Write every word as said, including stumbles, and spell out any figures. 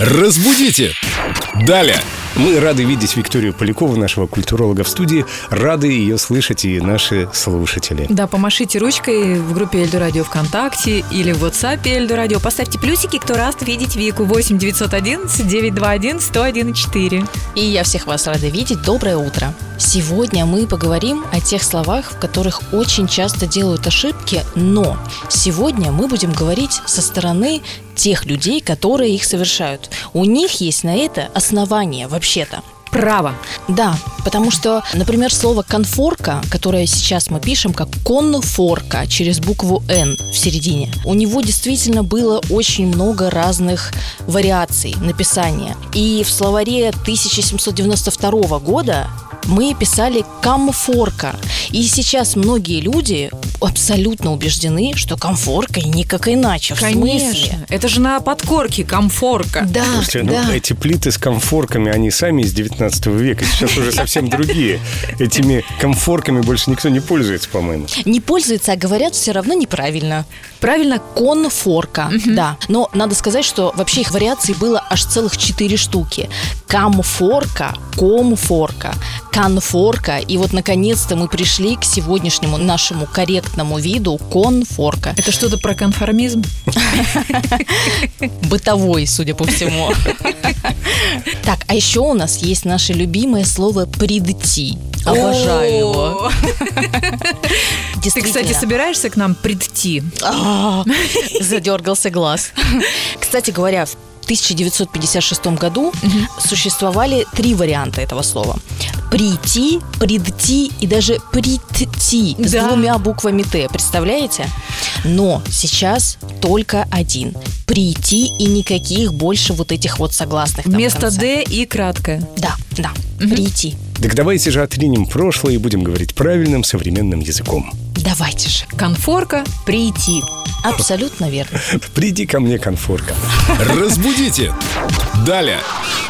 Разбудите! Далее! Мы рады видеть Викторию Полякову, нашего культуролога, в студии. Рады ее слышать и наши слушатели. Да, помашите ручкой в группе Эльдо Радио ВКонтакте или в WhatsApp Эльдо Радио. Поставьте плюсики, кто рад видеть Вику. восемь девятьсот одиннадцать девятьсот двадцать один сто один четыре. И я всех вас рада видеть. Доброе утро. Сегодня мы поговорим о тех словах, в которых очень часто делают ошибки, но сегодня мы будем говорить со стороны тех людей, которые их совершают. У них есть на это основания вообще-то. Право. Да, потому что, например, слово «конфорка», которое сейчас мы пишем как «конфорка» через букву «Н» в середине, у него действительно было очень много разных вариаций написания. И в словаре тысяча семьсот девяносто второго года мы писали «камфорка». И сейчас многие люди абсолютно убеждены, что «камфорка» и никак иначе. В Конечно. смысле? Это же на подкорке «камфорка». Да, Слушайте, ну, да. эти плиты с комфорками, они сами из девятнадцатого века. Сейчас уже совсем другие. Этими комфорками больше никто не пользуется, по-моему. Не пользуются, а говорят все равно неправильно. Правильно? Конфорка, да. Но надо сказать, что вообще их вариаций было аж целых четыре штуки. Камфорка, комфорка, конфорка. И вот наконец-то мы пришли к сегодняшнему нашему корректному виду конфорка. Это что-то про конформизм? Бытовой, судя по всему. Так, а еще у нас есть наше любимое слово «придти». Обожаю его. Ты, кстати, собираешься к нам прийти? А, задергался глаз. Кстати говоря, в тысяча девятьсот пятьдесят шестом году существовали три варианта этого слова: прийти, придти и даже придти с Да. двумя буквами Т. Представляете? Но сейчас только один: прийти, и никаких больше вот этих вот согласных. там в Вместо конце. «д» и краткое. Да, да, прийти. Так давайте же отринем прошлое и будем говорить правильным современным языком. Давайте же. Конфорка, прийти. Абсолютно верно. Приди ко мне, конфорка. Разбудите! Далее!